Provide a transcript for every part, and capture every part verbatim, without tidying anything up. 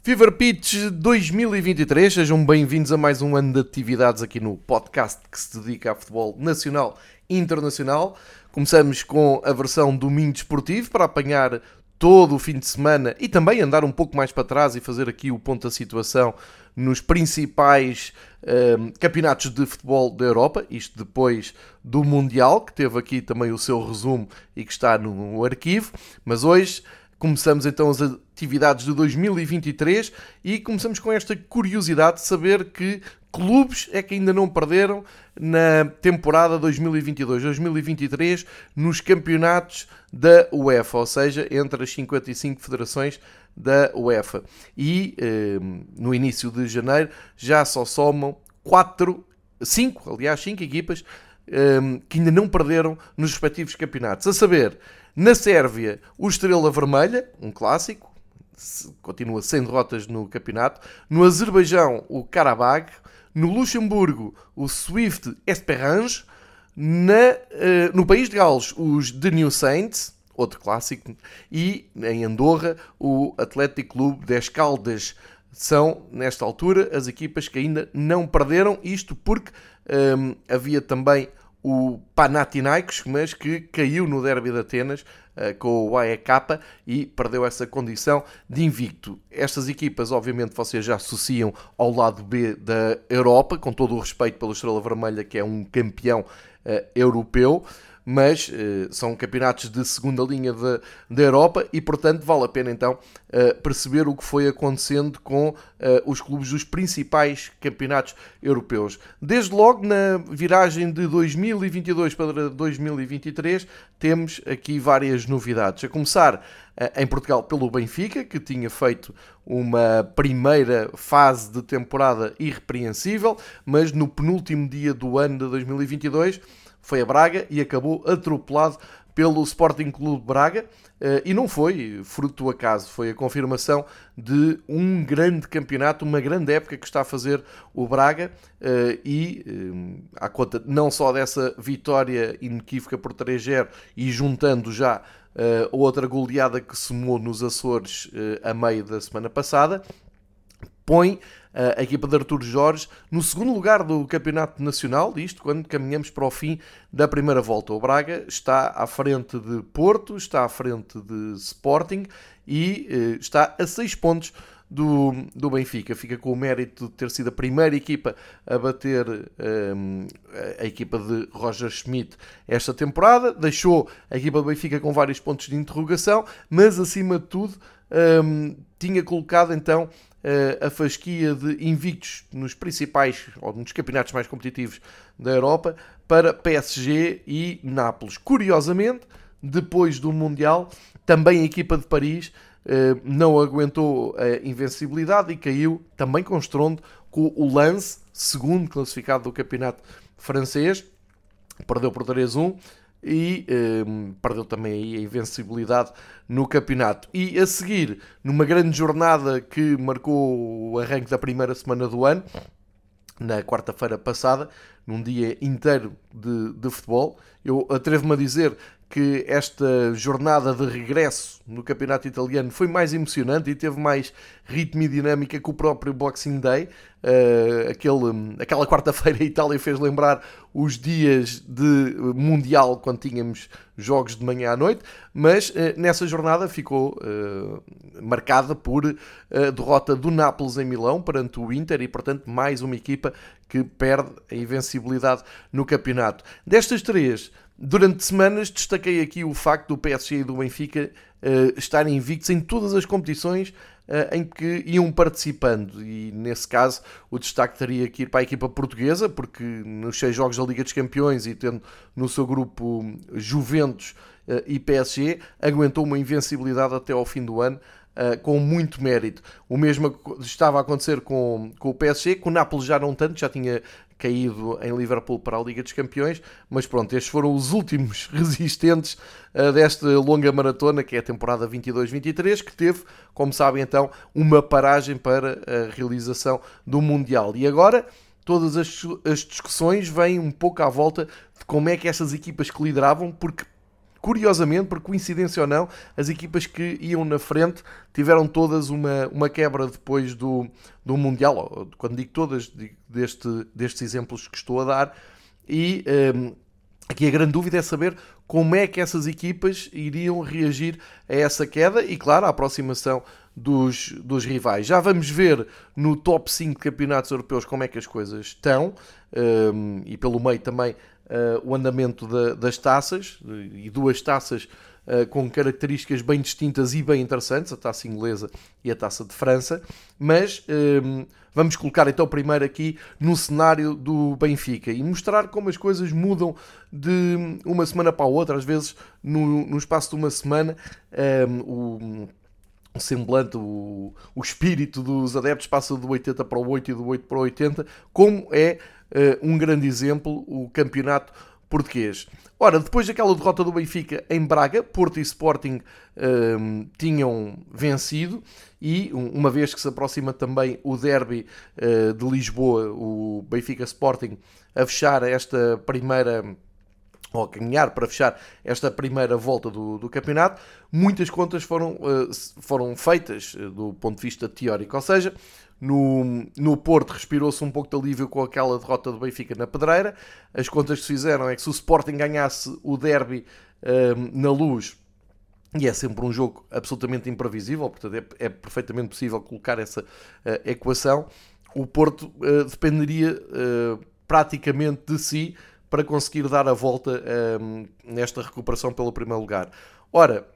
Fever Pitch dois mil e vinte e três, sejam bem-vindos a mais um ano de atividades aqui no podcast que se dedica a futebol nacional e internacional. Começamos com a versão domingo desportivo para apanhar todo o fim de semana e também andar um pouco mais para trás e fazer aqui o ponto da situação nos principais um, campeonatos de futebol da Europa, isto depois do Mundial, que teve aqui também o seu resumo e que está no arquivo, mas hoje começamos então as atividades de dois mil e vinte e três e começamos com esta curiosidade de saber que clubes é que ainda não perderam na temporada dois mil e vinte e dois dois mil e vinte e três nos campeonatos da UEFA, ou seja, entre as cinquenta e cinco federações da UEFA. E eh, no início de janeiro já só somam quatro, cinco, aliás, cinco equipas eh, que ainda não perderam nos respectivos campeonatos. A saber, na Sérvia, o Estrela Vermelha, um clássico, continua sem derrotas no campeonato. No Azerbaijão, o Karabag. No Luxemburgo, o Swift Esperance. Na, uh, no País de Gales, os The New Saints, outro clássico. E em Andorra, o Atlético Clube das Caldas. São, nesta altura, as equipas que ainda não perderam. Isto porque um, havia também o Panathinaikos, mas que caiu no derby de Atenas uh, com o A E K e perdeu essa condição de invicto. Estas equipas, obviamente, vocês já associam ao lado B da Europa, com todo o respeito pelo Estrela Vermelha, que é um campeão uh, europeu, mas uh, são campeonatos de segunda linha da, da Europa e, portanto, vale a pena então uh, perceber o que foi acontecendo com uh, os clubes dos principais campeonatos europeus. Desde logo, na viragem de dois mil e vinte e dois para dois mil e vinte e três, temos aqui várias novidades. A começar uh, em Portugal pelo Benfica, que tinha feito uma primeira fase de temporada irrepreensível, mas no penúltimo dia do ano de dois mil e vinte e dois foi a Braga e acabou atropelado pelo Sporting Clube Braga, e não foi fruto do acaso, foi a confirmação de um grande campeonato, uma grande época que está a fazer o Braga, e à conta não só dessa vitória inequívoca por três zero e juntando já a outra goleada que somou nos Açores a meio da semana passada, põe a equipa de Artur Jorge no segundo lugar do Campeonato Nacional, isto quando caminhamos para o fim da primeira volta. O Braga está à frente de Porto, está à frente de Sporting e eh, está a seis pontos do, do Benfica. Fica com o mérito de ter sido a primeira equipa a bater eh, a equipa de Roger Schmidt esta temporada. Deixou a equipa do Benfica com vários pontos de interrogação, mas acima de tudo eh, tinha colocado então a fasquia de invictos nos principais, ou nos campeonatos mais competitivos da Europa, para P S G e Nápoles. Curiosamente, depois do Mundial, também a equipa de Paris eh, não aguentou a invencibilidade e caiu também com estrondo com o Lens, segundo classificado do campeonato francês, perdeu por três a um. E um, perdeu também aí a invencibilidade no campeonato. E a seguir, numa grande jornada que marcou o arranque da primeira semana do ano, na quarta-feira passada, num dia inteiro de, de futebol, eu atrevo-me a dizer que esta jornada de regresso no campeonato italiano foi mais emocionante e teve mais ritmo e dinâmica que o próprio Boxing Day. Uh, aquele, aquela quarta-feira a Itália fez lembrar os dias de Mundial, quando tínhamos jogos de manhã à noite, mas uh, nessa jornada ficou uh, marcada por uh, derrota do Nápoles em Milão perante o Inter e, portanto, mais uma equipa que perde a invencibilidade no campeonato. Destas três, durante semanas destaquei aqui o facto do P S G e do Benfica uh, estarem invictos em todas as competições uh, em que iam participando, e nesse caso o destaque teria que ir para a equipa portuguesa, porque nos seis jogos da Liga dos Campeões e tendo no seu grupo Juventus uh, e P S G, aguentou uma invencibilidade até ao fim do ano, Uh, com muito mérito. O mesmo estava a acontecer com, com o P S G, com o Nápoles já não tanto, já tinha caído em Liverpool para a Liga dos Campeões, mas pronto, estes foram os últimos resistentes uh, desta longa maratona, que é a temporada vinte e dois vinte e três, que teve, como sabem então, uma paragem para a realização do Mundial. E agora todas as, as discussões vêm um pouco à volta de como é que estas equipas que lideravam, porque curiosamente, por coincidência ou não, as equipas que iam na frente tiveram todas uma, uma quebra depois do, do Mundial. Quando digo todas, digo deste, destes exemplos que estou a dar. E um, aqui a grande dúvida é saber como é que essas equipas iriam reagir a essa queda e, claro, a aproximação dos, dos rivais. Já vamos ver no top cinco de campeonatos europeus como é que as coisas estão, um, e pelo meio também uh, o andamento da, das taças, e duas taças uh, com características bem distintas e bem interessantes, a taça inglesa e a taça de França, mas um, vamos colocar então primeiro aqui no cenário do Benfica e mostrar como as coisas mudam de uma semana para a outra, às vezes no, no espaço de uma semana. Um, o, o semblante, o, o espírito dos adeptos passa do oitenta para o oito e do oito para o oitenta, como é uh, um grande exemplo o campeonato português. Ora, depois daquela derrota do Benfica em Braga, Porto e Sporting um, tinham vencido e uma vez que se aproxima também o derby uh, de Lisboa, o Benfica Sporting, a fechar esta primeira... ou a ganhar para fechar esta primeira volta do, do campeonato, muitas contas foram, uh, foram feitas uh, do ponto de vista teórico. Ou seja, no, no Porto respirou-se um pouco de alívio com aquela derrota do Benfica na Pedreira. As contas que se fizeram é que se o Sporting ganhasse o derby uh, na Luz, e é sempre um jogo absolutamente imprevisível, portanto é, é perfeitamente possível colocar essa uh, equação, o Porto uh, dependeria uh, praticamente de si para conseguir dar a volta um, nesta recuperação pelo primeiro lugar. Ora,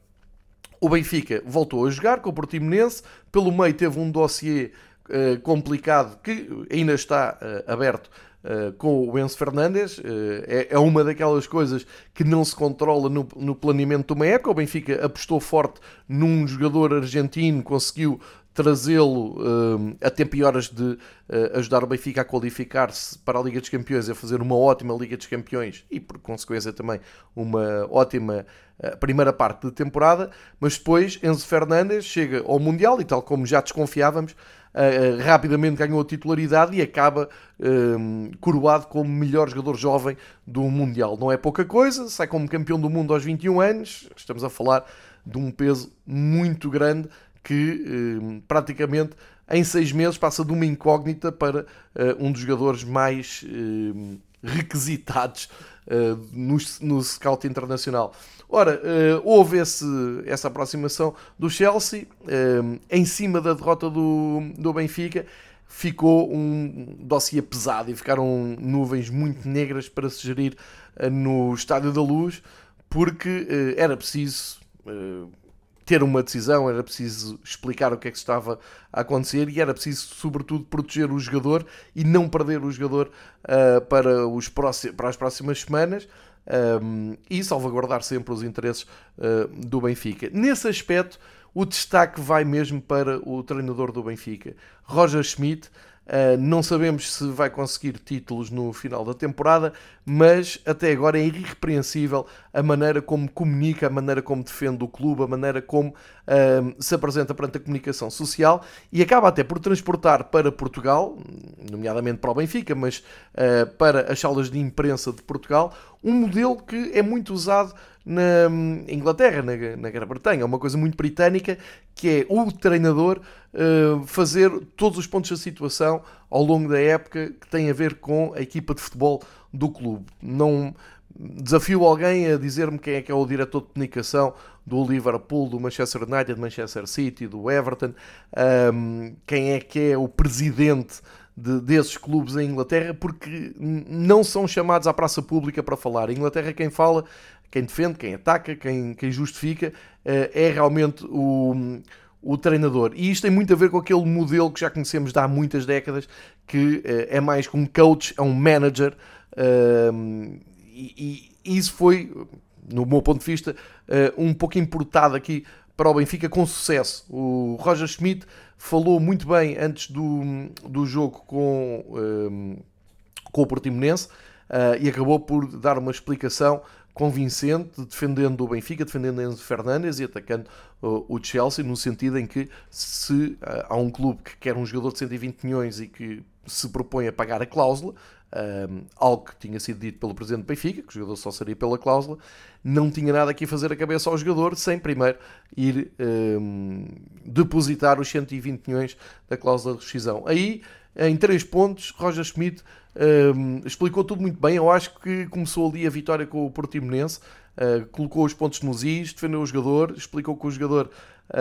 o Benfica voltou a jogar com o Portimonense, pelo meio teve um dossiê uh, complicado que ainda está uh, aberto uh, com o Enzo Fernandes. Uh, é, é uma daquelas coisas que não se controla no, no planeamento de uma época. O Benfica apostou forte num jogador argentino, conseguiu trazê-lo uh, a tempo e horas de uh, ajudar o Benfica a qualificar-se para a Liga dos Campeões, a fazer uma ótima Liga dos Campeões e, por consequência, também uma ótima uh, primeira parte de temporada. Mas depois Enzo Fernandes chega ao Mundial e, tal como já desconfiávamos, uh, rapidamente ganhou a titularidade e acaba uh, coroado como melhor jogador jovem do Mundial. Não é pouca coisa, sai como campeão do mundo aos vinte e um anos. Estamos a falar de um peso muito grande que eh, praticamente em seis meses passa de uma incógnita para eh, um dos jogadores mais eh, requisitados eh, no, no scout internacional. Ora, eh, houve esse, essa aproximação do Chelsea, eh, em cima da derrota do, do Benfica, ficou um dossiê pesado e ficaram nuvens muito negras para se gerir eh, no Estádio da Luz, porque eh, era preciso... Eh, ter uma decisão, era preciso explicar o que é que estava a acontecer e era preciso, sobretudo, proteger o jogador e não perder o jogador uh, para, os próximos, para as próximas semanas um, e salvaguardar sempre os interesses uh, do Benfica. Nesse aspecto, o destaque vai mesmo para o treinador do Benfica, Roger Schmidt. Uh, não sabemos se vai conseguir títulos no final da temporada, mas até agora é irrepreensível a maneira como comunica, a maneira como defende o clube, a maneira como uh, se apresenta perante a comunicação social e acaba até por transportar para Portugal, nomeadamente para o Benfica, mas uh, para as salas de imprensa de Portugal, um modelo que é muito usado na Inglaterra, na, na Grã-Bretanha, uma coisa muito britânica, que é o treinador uh, fazer todos os pontos da situação ao longo da época que tem a ver com a equipa de futebol do clube. Não desafio alguém a dizer-me quem é que é o diretor de comunicação do Liverpool, do Manchester United, do Manchester City, do Everton, um, quem é que é o presidente de, desses clubes em Inglaterra, porque não são chamados à praça pública para falar. Em Inglaterra quem fala, quem defende, quem ataca, quem, quem justifica, é realmente o, o treinador. E isto tem muito a ver com aquele modelo que já conhecemos de há muitas décadas, que é mais que um coach, é um manager, e, e isso foi, no meu ponto de vista, um pouco importado aqui para o Benfica com sucesso. O Roger Schmidt falou muito bem antes do, do jogo com, com o Portimonense e acabou por dar uma explicação convincente, defendendo o Benfica, defendendo Enzo Fernandes e atacando uh, o Chelsea, no sentido em que se uh, há um clube que quer um jogador de cento e vinte milhões e que se propõe a pagar a cláusula, um, algo que tinha sido dito pelo presidente do Benfica, que o jogador só seria pela cláusula. Não tinha nada aqui a fazer a cabeça ao jogador sem primeiro ir um, depositar os cento e vinte milhões da cláusula de rescisão. Aí, em três pontos, Roger Schmidt um, explicou tudo muito bem. Eu acho que começou ali a vitória com o Portimonense, uh, colocou os pontos nos is, defendeu o jogador, explicou que o jogador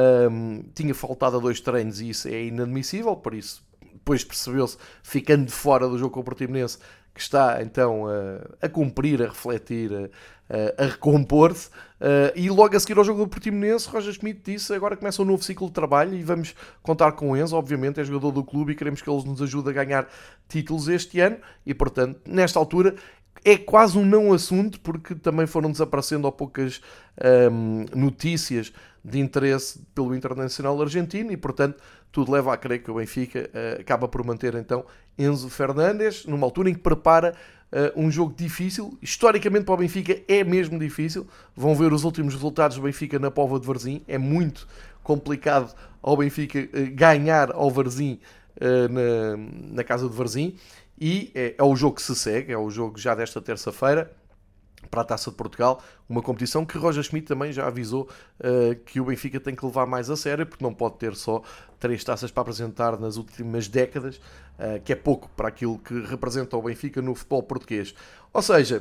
um, tinha faltado a dois treinos e isso é inadmissível, por isso depois percebeu-se, ficando de fora do jogo com o Portimonense, que está então a, a cumprir, a refletir, a, a recompor-se. Uh, e logo a seguir ao jogo do Portimonense, Roger Schmidt disse: agora começa um novo ciclo de trabalho e vamos contar com o Enzo. Obviamente é jogador do clube e queremos que ele nos ajude a ganhar títulos este ano. E portanto, nesta altura, é quase um não assunto, porque também foram desaparecendo ao poucas um, notícias de interesse pelo Internacional argentino e portanto tudo leva a crer que o Benfica uh, acaba por manter então Enzo Fernandes numa altura em que prepara uh, um jogo difícil. Historicamente para o Benfica é mesmo difícil. Vão ver os últimos resultados do Benfica na Póvoa de Varzim. É muito complicado ao Benfica uh, ganhar ao Varzim uh, na, na casa de Varzim. E é, é o jogo que se segue, é o jogo já desta terça-feira para a Taça de Portugal, uma competição que Roger Schmidt também já avisou uh, que o Benfica tem que levar mais a sério, porque não pode ter só três taças para apresentar nas últimas décadas, uh, que é pouco para aquilo que representa o Benfica no futebol português. Ou seja,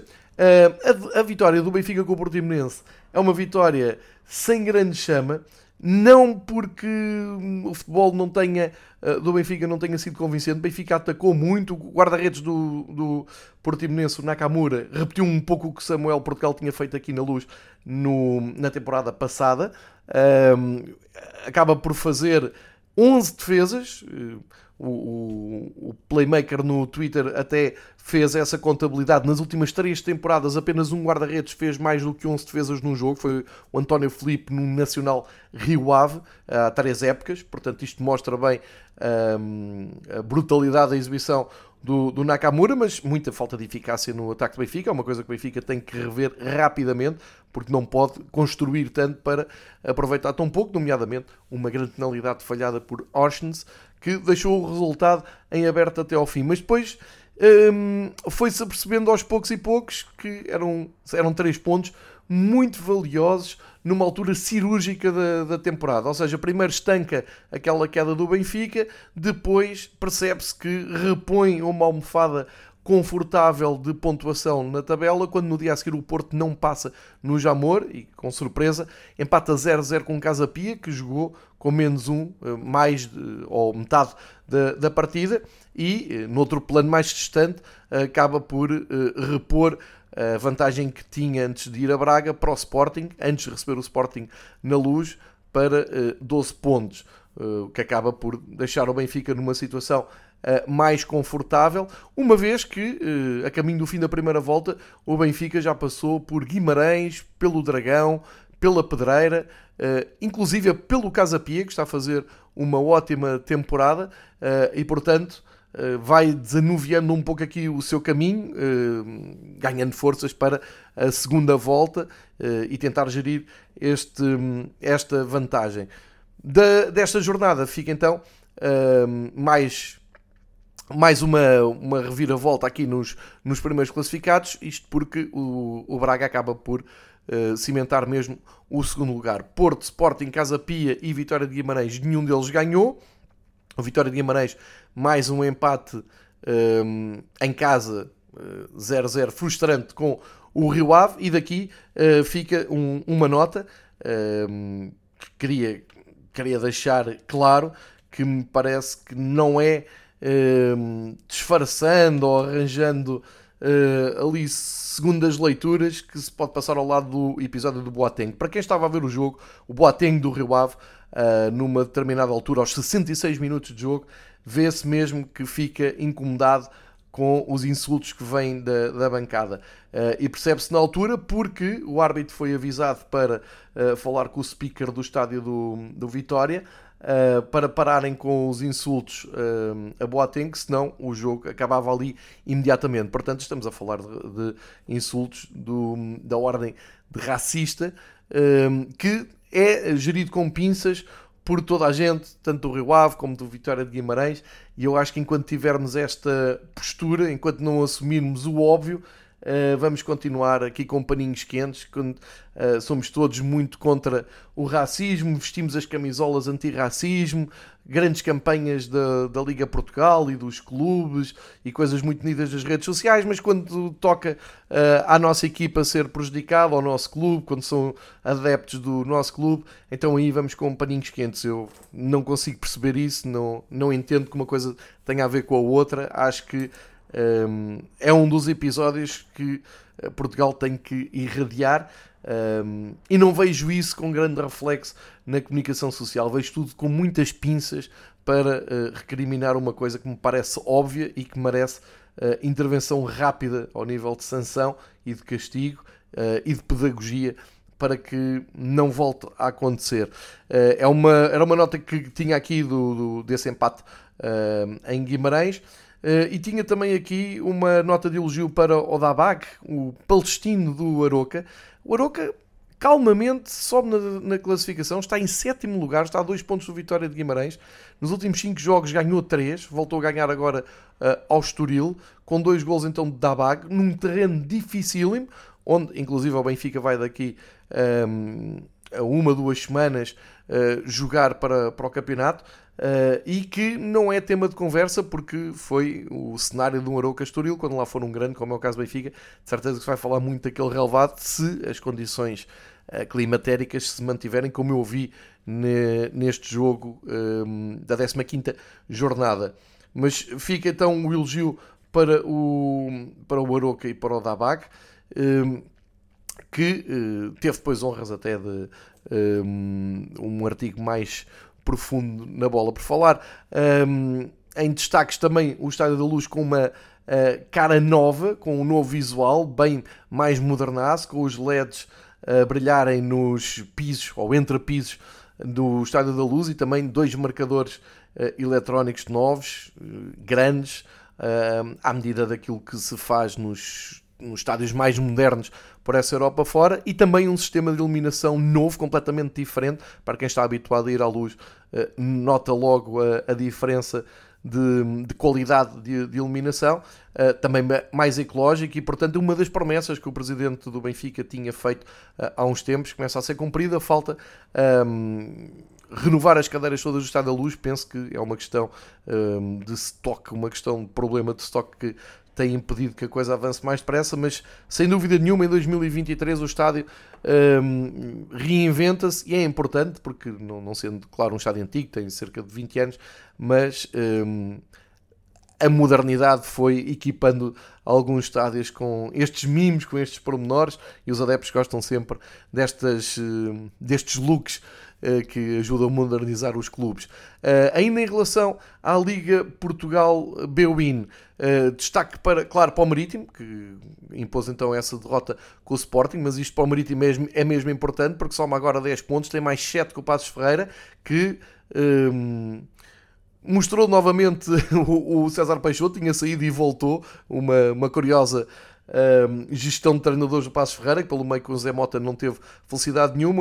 uh, a, a vitória do Benfica com o Portimonense é uma vitória sem grande chama, não porque o futebol não tenha, do Benfica não tenha sido convincente. O Benfica atacou muito, o guarda-redes do, do Portimonense, o Nakamura, repetiu um pouco o que Samuel Portugal tinha feito aqui na Luz no, na temporada passada. Um, acaba por fazer onze defesas. O, o, o Playmaker no Twitter até fez essa contabilidade. Nas últimas três temporadas apenas um guarda-redes fez mais do que onze defesas num jogo, foi o António Filipe no Nacional Rio Ave, há três épocas. Portanto isto mostra bem um, a brutalidade da exibição do, do Nakamura, mas muita falta de eficácia no ataque do Benfica. É uma coisa que o Benfica tem que rever rapidamente, porque não pode construir tanto para aproveitar tão pouco, nomeadamente uma grande penalidade falhada por Orsens, que deixou o resultado em aberto até ao fim. Mas depois hum, foi-se apercebendo aos poucos e poucos que eram, eram três pontos muito valiosos numa altura cirúrgica da, da temporada. Ou seja, primeiro estanca aquela queda do Benfica, depois percebe-se que repõe uma almofada confortável de pontuação na tabela, quando no dia a seguir o Porto não passa no Jamor e, com surpresa, empata zero a zero com o Casa Pia, que jogou com menos um, mais de, ou metade da, da partida, e, no outro plano mais distante, acaba por uh, repor a vantagem que tinha antes de ir a Braga para o Sporting, antes de receber o Sporting na Luz, para uh, doze pontos, o uh, que acaba por deixar o Benfica numa situação Uh, mais confortável, uma vez que, uh, a caminho do fim da primeira volta, o Benfica já passou por Guimarães, pelo Dragão, pela Pedreira, uh, inclusive pelo Casa Pia, que está a fazer uma ótima temporada, uh, e portanto uh, vai desanuviando um pouco aqui o seu caminho, uh, ganhando forças para a segunda volta uh, e tentar gerir este, esta vantagem. Da, desta jornada fica então uh, mais... Mais uma, uma reviravolta aqui nos, nos primeiros classificados, isto porque o, o Braga acaba por uh, cimentar mesmo o segundo lugar. Porto, Sporting, Casa Pia e Vitória de Guimarães, nenhum deles ganhou. O Vitória de Guimarães, mais um empate um, em casa, uh, zero a zero, frustrante com o Rio Ave. E daqui uh, fica um, uma nota um, que queria, queria deixar claro, que me parece que não é... Uh, disfarçando ou arranjando uh, ali segundas leituras que se pode passar ao lado do episódio do Boateng. Para quem estava a ver o jogo, o Boateng do Rio Ave, uh, numa determinada altura, aos sessenta e seis minutos de jogo, vê-se mesmo que fica incomodado com os insultos que vêm da, da bancada. Uh, e percebe-se na altura porque o árbitro foi avisado para uh, falar com o speaker do estádio do, do Vitória, Uh, para pararem com os insultos uh, a Boateng, senão o jogo acabava ali imediatamente. Portanto, estamos a falar de, de insultos do, da ordem de racista, uh, que é gerido com pinças por toda a gente, tanto do Rio Ave como do Vitória de Guimarães, e eu acho que enquanto tivermos esta postura, enquanto não assumirmos o óbvio, Uh, vamos continuar aqui com paninhos quentes, quando, uh, somos todos muito contra o racismo, vestimos as camisolas anti-racismo, grandes campanhas da, da Liga Portugal e dos clubes e coisas muito bonitas das redes sociais, mas quando toca uh, à nossa equipa ser prejudicada, ao nosso clube, quando são adeptos do nosso clube, então aí vamos com paninhos quentes. Eu não consigo perceber isso, não, não entendo que uma coisa tenha a ver com a outra. Acho que Um, é um dos episódios que Portugal tem que irradiar, um, e não vejo isso com grande reflexo na comunicação social. Vejo tudo com muitas pinças para uh, recriminar uma coisa que me parece óbvia e que merece uh, intervenção rápida ao nível de sanção e de castigo uh, e de pedagogia para que não volte a acontecer. Uh, é uma, era uma nota que tinha aqui do, do, desse empate uh, em Guimarães. Uh, e tinha também aqui uma nota de elogio para o Dabag, o palestino do Aroca. O Aroca calmamente sobe na, na classificação, está em sétimo lugar, está a dois pontos do Vitória de Guimarães. Nos últimos cinco jogos ganhou três, voltou a ganhar agora uh, ao Estoril, com dois golos então de Dabag, num terreno dificílimo, onde inclusive o Benfica vai daqui um, a uma, duas semanas uh, jogar para, para o campeonato. Uh, e que não é tema de conversa porque foi o cenário de um Aroca Estoril, quando lá for um grande, como é o caso do Benfica. De certeza que se vai falar muito daquele relevado se as condições uh, climatéricas se mantiverem, como eu vi ne, neste jogo um, da décima quinta jornada. Mas fica então o elogio para o, para o Aroca e para o Dabag, um, que uh, teve depois honras até de um, um artigo mais profundo na Bola por falar. Um, em destaques também o Estádio da Luz com uma uh, cara nova, com um novo visual, bem mais modernado, com os L E Ds a brilharem nos pisos ou entre pisos do Estádio da Luz, e também dois marcadores uh, eletrónicos novos, uh, grandes, uh, à medida daquilo que se faz nos nos estádios mais modernos por essa Europa fora, e também um sistema de iluminação novo, completamente diferente. Para quem está habituado a ir à Luz, nota logo a, a diferença de, de qualidade de, de iluminação, também mais ecológico, e portanto uma das promessas que o presidente do Benfica tinha feito há uns tempos começa a ser cumprida. Falta um, renovar as cadeiras todas do Estádio da Luz. Penso que é uma questão um, de stock, uma questão de problema de stock que tem impedido que a coisa avance mais depressa, mas sem dúvida nenhuma em dois mil e vinte e três o estádio um, reinventa-se, e é importante porque, não, não sendo, claro, um estádio antigo, tem cerca de vinte anos, mas um, a modernidade foi equipando alguns estádios com estes mimos, com estes pormenores, e os adeptos gostam sempre destas, destes looks que ajudam a modernizar os clubes. Uh, ainda em relação à Liga Portugal B-Win, uh, destaque para, claro, para o Marítimo, que impôs então essa derrota com o Sporting, mas isto para o Marítimo é mesmo, é mesmo importante, porque soma agora dez pontos, tem mais sete com o Passos Ferreira, que um, mostrou novamente o, o César Peixoto, tinha saído e voltou, uma, uma curiosa Um, gestão de treinadores do Passos Ferreira, que pelo meio com o Zé Mota não teve felicidade nenhuma.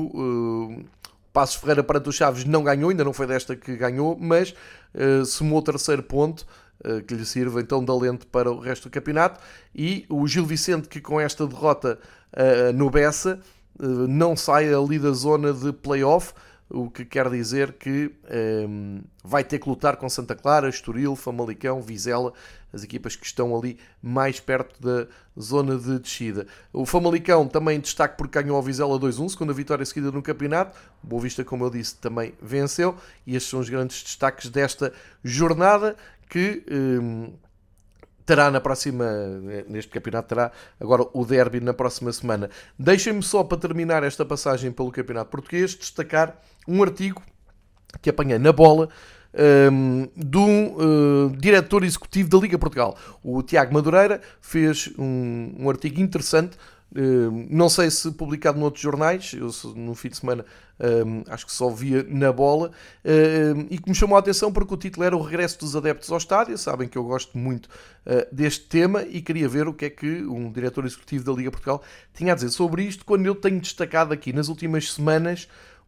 O uh, Passos Ferreira perante os Chaves não ganhou, ainda não foi desta que ganhou, mas uh, somou o terceiro ponto, uh, que lhe sirva então de alento para o resto do campeonato. E o Gil Vicente, que com esta derrota uh, no Bessa uh, não sai ali da zona de play-off, o que quer dizer que um, vai ter que lutar com Santa Clara, Estoril, Famalicão, Vizela, as equipas que estão ali mais perto da zona de descida. O Famalicão também destaque porque ganhou ao Vizela dois a um, segunda vitória seguida no campeonato. O Boa Vista, como eu disse, também venceu, e estes são os grandes destaques desta jornada, que um, terá na próxima, neste campeonato terá agora o derby na próxima semana. Deixem-me só, para terminar esta passagem pelo campeonato português, destacar um artigo que apanhei na Bola um, do uh, diretor executivo da Liga Portugal. O Tiago Madureira fez um, um artigo interessante, uh, não sei se publicado noutros jornais, eu no fim de semana um, acho que só via na Bola, uh, e que me chamou a atenção porque o título era o regresso dos adeptos ao estádio. Sabem que eu gosto muito uh, deste tema, e queria ver o que é que um diretor executivo da Liga Portugal tinha a dizer sobre isto, quando eu tenho destacado aqui nas últimas semanas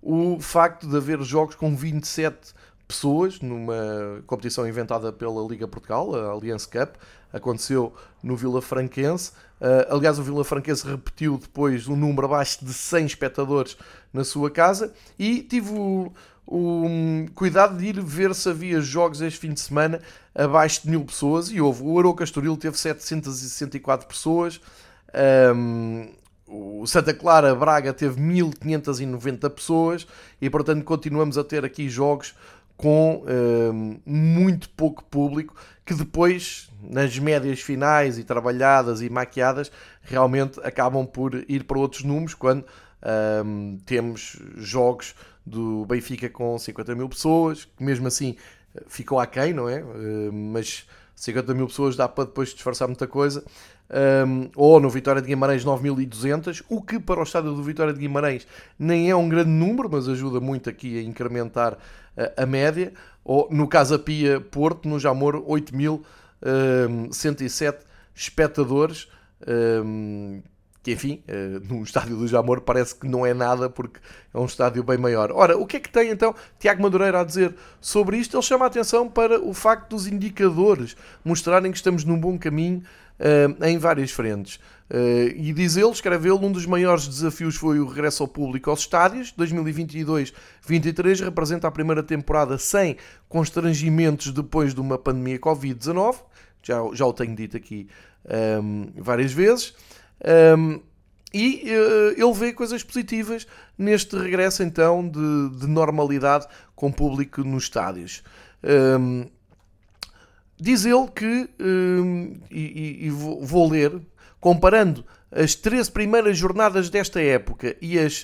o facto de haver jogos com vinte e sete pessoas numa competição inventada pela Liga Portugal, a Allianz Cup, aconteceu no Vilafranquense. Uh, aliás, o Vilafranquense repetiu depois um número abaixo de cem espectadores na sua casa, e tive o, o cuidado de ir ver se havia jogos este fim de semana abaixo de mil pessoas, e houve. O Arouca Estoril teve setecentas e sessenta e quatro pessoas, um, o Santa Clara Braga teve mil quinhentas e noventa pessoas, e portanto continuamos a ter aqui jogos com um, muito pouco público, que depois, nas médias finais e trabalhadas e maquiadas, realmente acabam por ir para outros números, quando um, temos jogos do Benfica com cinquenta mil pessoas, que mesmo assim ficou aquém, não é? Uh, mas cinquenta mil pessoas dá para depois disfarçar muita coisa. Um, ou no Vitória de Guimarães nove mil e duzentos, o que para o estádio do Vitória de Guimarães nem é um grande número, mas ajuda muito aqui a incrementar uh, a média. Ou no Casa Pia Porto, no Jamor, oito mil cento e sete espectadores, um, que enfim, uh, no estádio do Jamor parece que não é nada, porque é um estádio bem maior. Ora, o que é que tem então Tiago Madureira a dizer sobre isto? Ele chama a atenção para o facto dos indicadores mostrarem que estamos num bom caminho uh, em várias frentes. Uh, e diz ele, escreve ele, um dos maiores desafios foi o regresso ao público aos estádios. dois mil e vinte e dois vinte e três representa a primeira temporada sem constrangimentos depois de uma pandemia covid dezanove. Já, já o tenho dito aqui um, várias vezes. Um, e uh, ele vê coisas positivas neste regresso então de, de normalidade com público nos estádios. Um, diz ele que, um, e, e, e vou, vou ler, comparando as treze primeiras jornadas desta época e as,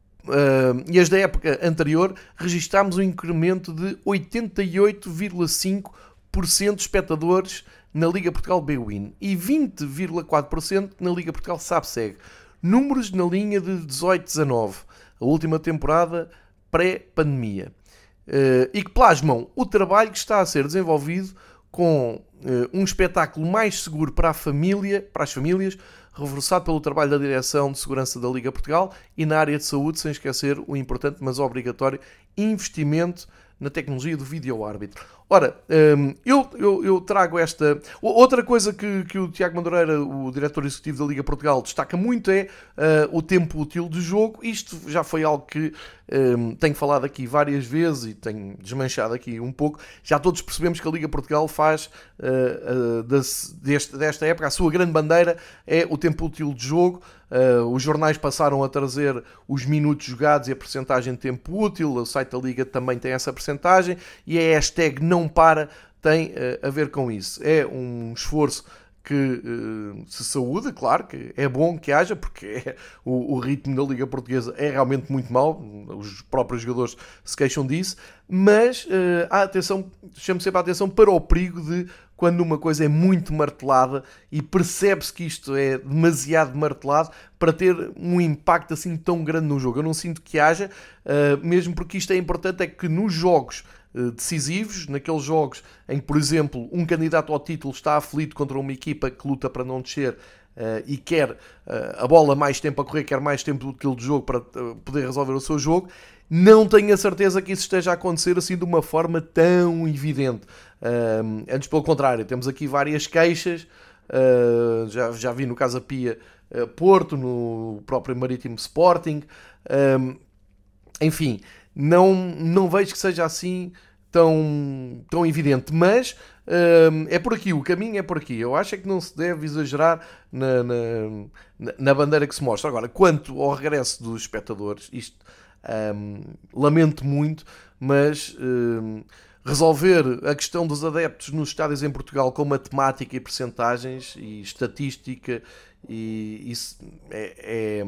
uh, e as da época anterior, registámos um incremento de oitenta e oito vírgula cinco por cento de espectadores na Liga Portugal B-Win e vinte vírgula quatro por cento na Liga Portugal SAPSEG. Números na linha de dezoito dezanove, a última temporada pré-pandemia. Uh, e que plasmam o trabalho que está a ser desenvolvido com uh, um espetáculo mais seguro para a família, para as famílias, reforçado pelo trabalho da Direção de Segurança da Liga Portugal, e na área de saúde, sem esquecer o importante, mas obrigatório, investimento na tecnologia do vídeo-árbitro. Ora, eu, eu, eu trago esta... Outra coisa que, que o Tiago Madureira, o diretor executivo da Liga Portugal, destaca muito é uh, o tempo útil do jogo. Isto já foi algo que um, tenho falado aqui várias vezes e tenho desmanchado aqui um pouco. Já todos percebemos que a Liga Portugal faz, uh, uh, desse, deste, desta época, a sua grande bandeira é o tempo útil de jogo. Uh, os jornais passaram a trazer os minutos jogados e a percentagem de tempo útil. O site da Liga também tem essa percentagem, e a hashtag não para tem uh, a ver com isso. É um esforço que uh, se saúda, claro que é bom que haja, porque é, o, o ritmo da Liga Portuguesa é realmente muito mau, os próprios jogadores se queixam disso, mas uh, a atenção, chamo sempre a atenção para o perigo de, quando uma coisa é muito martelada e percebe-se que isto é demasiado martelado para ter um impacto assim tão grande no jogo. Eu não sinto que haja, uh, mesmo porque isto é importante, é que nos jogos decisivos, naqueles jogos em que, por exemplo, um candidato ao título está aflito contra uma equipa que luta para não descer uh, e quer uh, a bola mais tempo a correr, quer mais tempo útil de jogo para uh, poder resolver o seu jogo, não tenho a certeza que isso esteja a acontecer assim de uma forma tão evidente. Uh, antes, pelo contrário, temos aqui várias queixas, uh, já, já vi no Casa Pia uh, Porto, no próprio Marítimo Sporting, uh, enfim... Não, não vejo que seja assim tão, tão evidente, mas hum, é por aqui, o caminho é por aqui. Eu acho é que não se deve exagerar na, na, na bandeira que se mostra. Agora, quanto ao regresso dos espectadores, isto hum, lamento muito, mas hum, resolver a questão dos adeptos nos estádios em Portugal com matemática e percentagens e estatística, e isso é...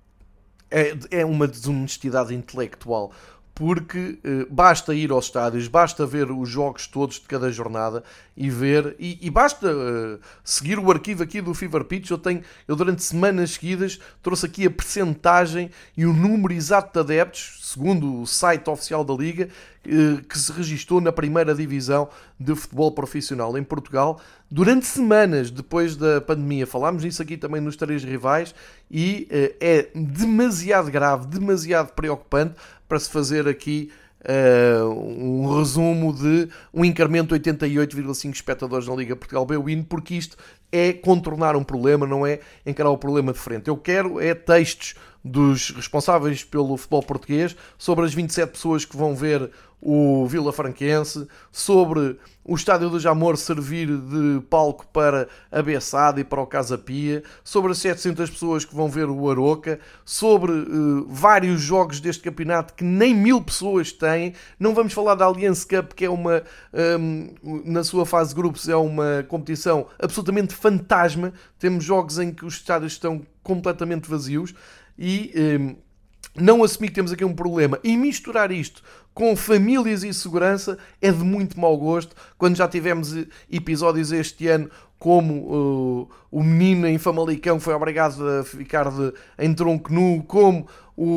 é É uma desonestidade intelectual, porque eh, basta ir aos estádios, basta ver os jogos todos de cada jornada e ver, e, e basta eh, seguir o arquivo aqui do Fever Pitch. Eu, tenho, eu durante semanas seguidas trouxe aqui a percentagem e o número exato de adeptos, segundo o site oficial da Liga, eh, que se registou na primeira divisão de futebol profissional em Portugal durante semanas depois da pandemia. Falámos nisso aqui também nos Três Rivais e uh, é demasiado grave, demasiado preocupante para se fazer aqui Uh, um resumo de um incremento de oitenta e oito vírgula cinco espectadores na Liga Portugal B W I N, porque isto é contornar um problema, não é encarar o problema de frente. Eu quero é textos dos responsáveis pelo futebol português sobre as vinte e sete pessoas que vão ver o Vila Franquense, sobre o Estádio do Jamor servir de palco para a Bessada e para o Casa Pia, sobre as setecentas pessoas que vão ver o Aroca, sobre uh, vários jogos deste campeonato que nem mil pessoas têm. Não vamos falar da Allianz Cup, que é uma, um, na sua fase de grupos, é uma competição absolutamente fantasma. Temos jogos em que os estádios estão completamente vazios e um, não assumir que temos aqui um problema e misturar isto com famílias e segurança é de muito mau gosto, quando já tivemos episódios este ano como uh, o menino em Famalicão foi obrigado a ficar de, em tronco nu, como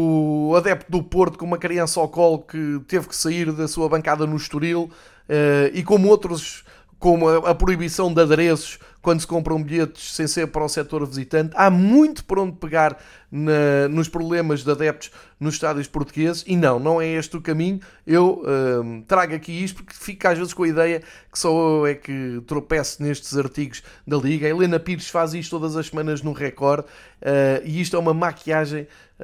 o adepto do Porto com uma criança ao colo que teve que sair da sua bancada no Estoril, uh, e como outros, como a, a proibição de adereços quando se compram bilhetes sem ser para o setor visitante. Há muito por onde pegar na, nos problemas de adeptos nos estádios portugueses e não, não é este o caminho. Eu hum, trago aqui isto porque fico às vezes com a ideia que só eu é que tropeço nestes artigos da Liga. A Helena Pires faz isto todas as semanas no Record, uh, e isto é uma maquiagem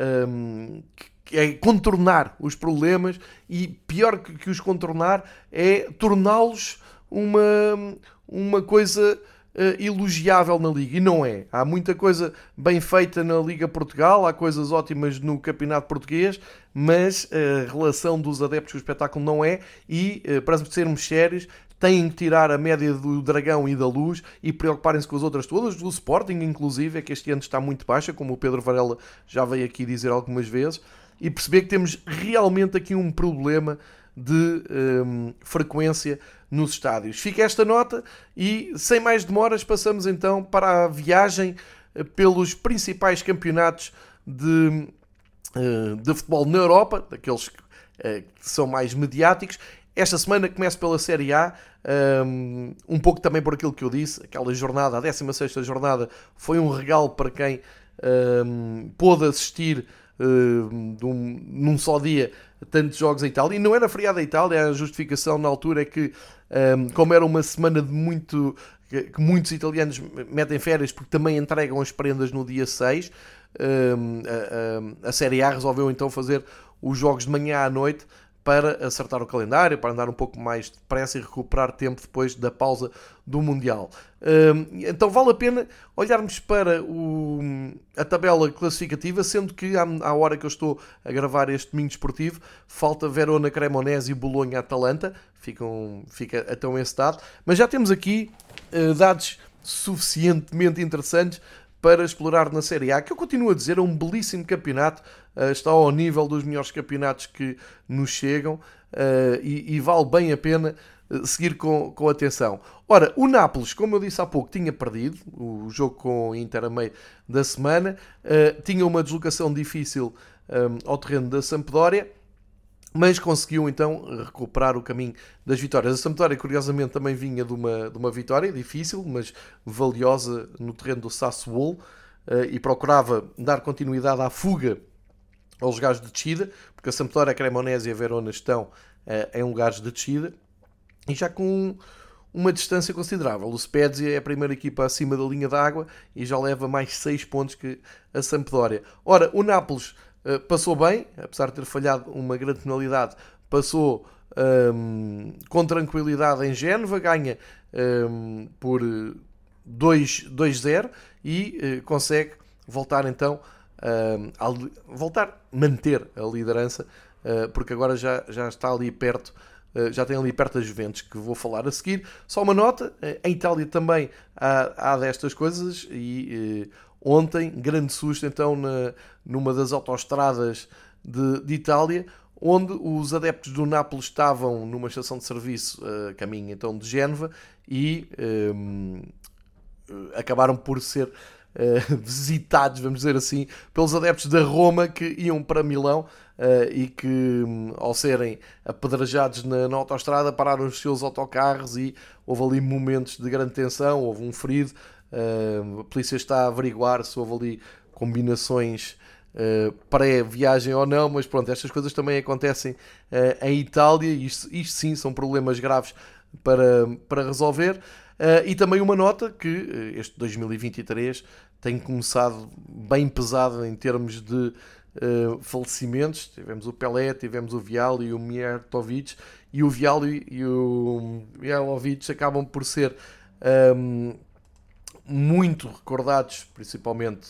hum, que é contornar os problemas e pior que, que os contornar é torná-los uma, uma coisa Uh, elogiável na Liga, e não é. Há muita coisa bem feita na Liga Portugal, há coisas ótimas no Campeonato Português, mas a relação dos adeptos com o espetáculo não é, e uh, para sermos sérios, têm que tirar a média do Dragão e da Luz e preocuparem-se com as outras todas, do Sporting inclusive, é que este ano está muito baixa, como o Pedro Varela já veio aqui dizer algumas vezes, e perceber que temos realmente aqui um problema de um, frequência nos estádios. Fica esta nota e, sem mais demoras, passamos então para a viagem pelos principais campeonatos de, de futebol na Europa, daqueles que são mais mediáticos. Esta semana começo pela Série A, um pouco também por aquilo que eu disse, aquela jornada, a décima sexta jornada, foi um regalo para quem um, pôde assistir Uh, num, num só dia tantos jogos em Itália, e não era feriado em Itália. A justificação na altura é que um, como era uma semana de muito que, que muitos italianos metem férias porque também entregam as prendas no dia seis, um, a, a, a Série A resolveu então fazer os jogos de manhã à noite para acertar o calendário, para andar um pouco mais depressa e recuperar tempo depois da pausa do Mundial. Então vale a pena olharmos para o, a tabela classificativa, sendo que à hora que eu estou a gravar este domingo desportivo, falta Verona, Cremonese e Bolonha, Atalanta, ficam, fica então esse dado, mas já temos aqui uh, dados suficientemente interessantes para explorar na Série A, que eu continuo a dizer, é um belíssimo campeonato, uh, está ao nível dos melhores campeonatos que nos chegam, uh, e, e vale bem a pena seguir com, com atenção. Ora, o Nápoles, como eu disse há pouco, tinha perdido o jogo com o Inter a meio da semana, uh, tinha uma deslocação difícil um, ao terreno da Sampdoria, mas conseguiu então recuperar o caminho das vitórias. A Sampdoria, curiosamente, também vinha de uma, de uma vitória difícil, mas valiosa no terreno do Sassuolo, uh, e procurava dar continuidade à fuga aos lugares de descida, porque a Sampdoria, a Cremonese e a Verona estão uh, em lugares de descida, e já com uma distância considerável. O Spezia é a primeira equipa acima da linha d'água e já leva mais seis pontos que a Sampdoria. Ora, o Nápoles uh, passou bem, apesar de ter falhado uma grande penalidade, passou um, com tranquilidade em Génova, ganha um, por dois a zero e uh, consegue voltar então um, a voltar, manter a liderança, uh, porque agora já, já está ali perto. Já tem ali perto das Juventus, que vou falar a seguir. Só uma nota, em Itália também há, há destas coisas, e eh, ontem, grande susto então na, numa das autoestradas de, de Itália, onde os adeptos do Nápoles estavam numa estação de serviço a caminho então de Génova e eh, acabaram por ser Uh, visitados, vamos dizer assim, pelos adeptos da Roma que iam para Milão, uh, e que, um, ao serem apedrejados na, na autoestrada, pararam os seus autocarros e houve ali momentos de grande tensão, houve um ferido. Uh, a polícia está a averiguar se houve ali combinações uh, pré-viagem ou não, mas pronto, estas coisas também acontecem uh, em Itália, e isto, isto sim são problemas graves para, para resolver. Uh, e também uma nota que uh, este dois mil e vinte e três tem começado bem pesado em termos de uh, falecimentos. Tivemos o Pelé, tivemos o Vialli e o Mijatovic, e o Vialli e o Mijatovic acabam por ser um, muito recordados, principalmente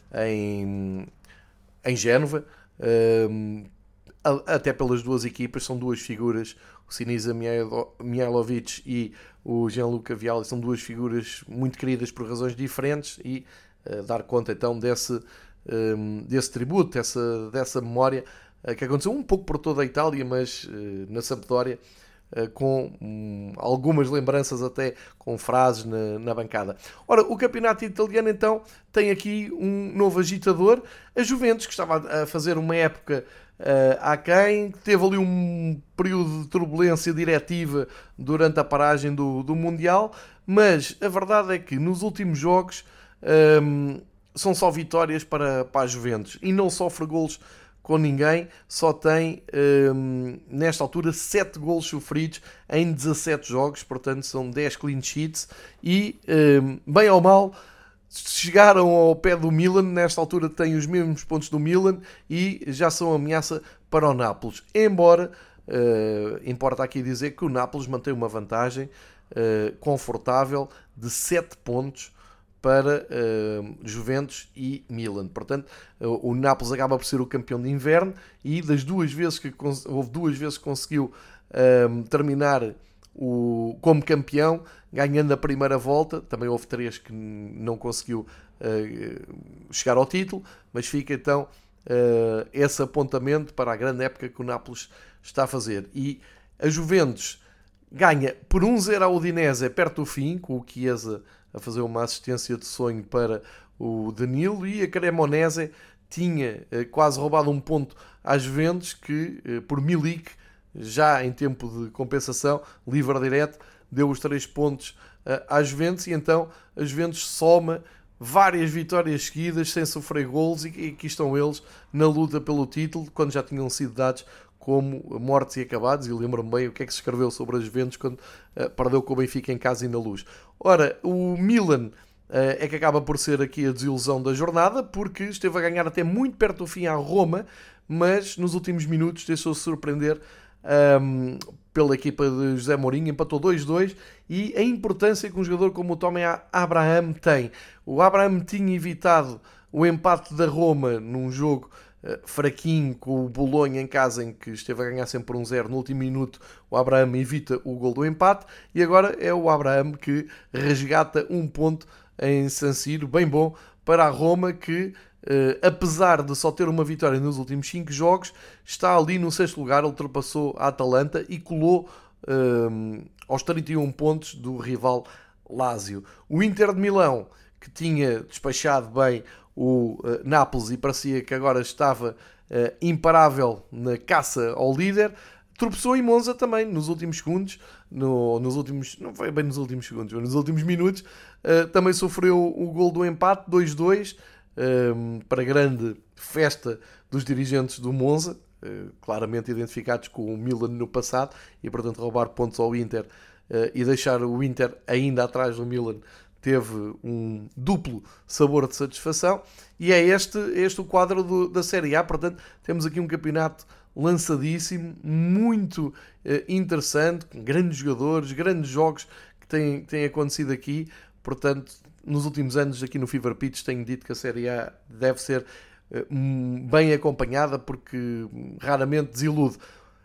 em, em Génova, um, até pelas duas equipas. São duas figuras, o Sinisa Mihajlovic e o Gianluca Vialli, são duas figuras muito queridas por razões diferentes, e uh, dar conta então desse, um, desse tributo, dessa, dessa memória uh, que aconteceu um pouco por toda a Itália, mas uh, na Sampdoria, uh, com um, algumas lembranças, até com frases na, na bancada. Ora, o campeonato italiano então tem aqui um novo agitador, a Juventus, que estava a fazer uma época Uh, há quem teve ali um período de turbulência diretiva durante a paragem do, do Mundial, mas a verdade é que nos últimos jogos um, são só vitórias para, para a Juventus, e não sofre golos com ninguém, só tem um, nesta altura sete golos sofridos em dezassete jogos, portanto são dez clean sheets, e um, bem ou mal chegaram ao pé do Milan. Nesta altura têm os mesmos pontos do Milan e já são ameaça para o Nápoles. Embora, uh, importa aqui dizer que o Nápoles mantém uma vantagem uh, confortável de sete pontos para uh, Juventus e Milan. Portanto, uh, o Nápoles acaba por ser o campeão de inverno, e das duas vezes que houve duas vezes que conseguiu uh, terminar o, como campeão, ganhando a primeira volta. Também houve três que não conseguiu uh, chegar ao título, mas fica então uh, esse apontamento para a grande época que o Nápoles está a fazer. E a Juventus ganha por um zero ao Udinese perto do fim, com o Chiesa a fazer uma assistência de sonho para o Danilo, e a Cremonese tinha uh, quase roubado um ponto à Juventus, que uh, por Milik, já em tempo de compensação, livre direto, deu os três pontos uh, à Juventus, e então a Juventus soma várias vitórias seguidas sem sofrer golos, e, e aqui estão eles na luta pelo título, quando já tinham sido dados como mortos e acabados. E lembro-me bem o que é que se escreveu sobre a Juventus quando uh, perdeu com o Benfica em casa e na Luz. Ora, o Milan uh, é que acaba por ser aqui a desilusão da jornada, porque esteve a ganhar até muito perto do fim à Roma, mas nos últimos minutos deixou-se surpreender Um, pela equipa de José Mourinho, empatou dois dois, e a importância que um jogador como o Tommy Abraham tem. O Abraham tinha evitado o empate da Roma num jogo uh, fraquinho com o Bolonha em casa, em que esteve a ganhar sempre por um zero. No último minuto o Abraham evita o gol do empate, e agora é o Abraham que resgata um ponto em San Siro, bem bom para a Roma, que Uh, apesar de só ter uma vitória nos últimos cinco jogos, está ali no sexto lugar, ultrapassou a Atalanta e colou uh, aos trinta e um pontos do rival Lazio. O Inter de Milão, que tinha despachado bem o uh, Nápoles e parecia que agora estava uh, imparável na caça ao líder, tropeçou em Monza também nos últimos segundos, no, nos últimos, não foi bem nos últimos segundos, mas nos últimos minutos, uh, também sofreu o gol do empate, dois dois, Um, para grande festa dos dirigentes do Monza, uh, claramente identificados com o Milan no passado, e portanto roubar pontos ao Inter uh, e deixar o Inter ainda atrás do Milan teve um duplo sabor de satisfação. E é este, este o quadro do, da Série A. Portanto, temos aqui um campeonato lançadíssimo, muito uh, interessante, com grandes jogadores, grandes jogos que têm, têm acontecido aqui. Portanto, nos últimos anos aqui no Fever Pitch tenho dito que a Série A deve ser uh, bem acompanhada, porque raramente desilude.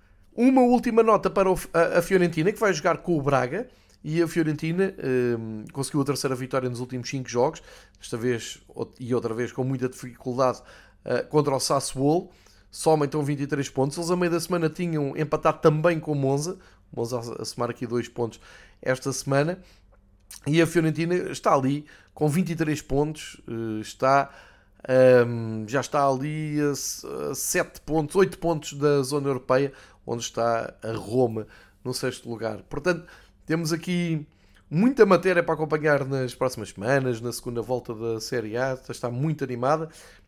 Uma última nota para o, a, a Fiorentina, que vai jogar com o Braga, e a Fiorentina uh, conseguiu a terceira vitória nos últimos cinco jogos, desta vez e outra vez com muita dificuldade uh, contra o Sassuolo. Soma então vinte e três pontos. Eles a meio da semana tinham empatado também com o Monza, Monza a somar aqui dois pontos esta semana. E a Fiorentina está ali com vinte e três pontos, está Um, já está ali a sete pontos, oito pontos da zona europeia, onde está a Roma no sexto lugar. Portanto, temos aqui muita matéria para acompanhar nas próximas semanas, na segunda volta da Série A, está muito animada.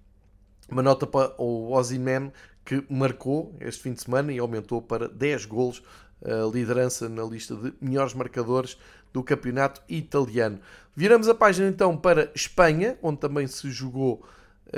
Uma nota para o Osimhen, que marcou este fim de semana e aumentou para dez golos a liderança na lista de melhores marcadores do campeonato italiano. Viramos a página então para Espanha, onde também se jogou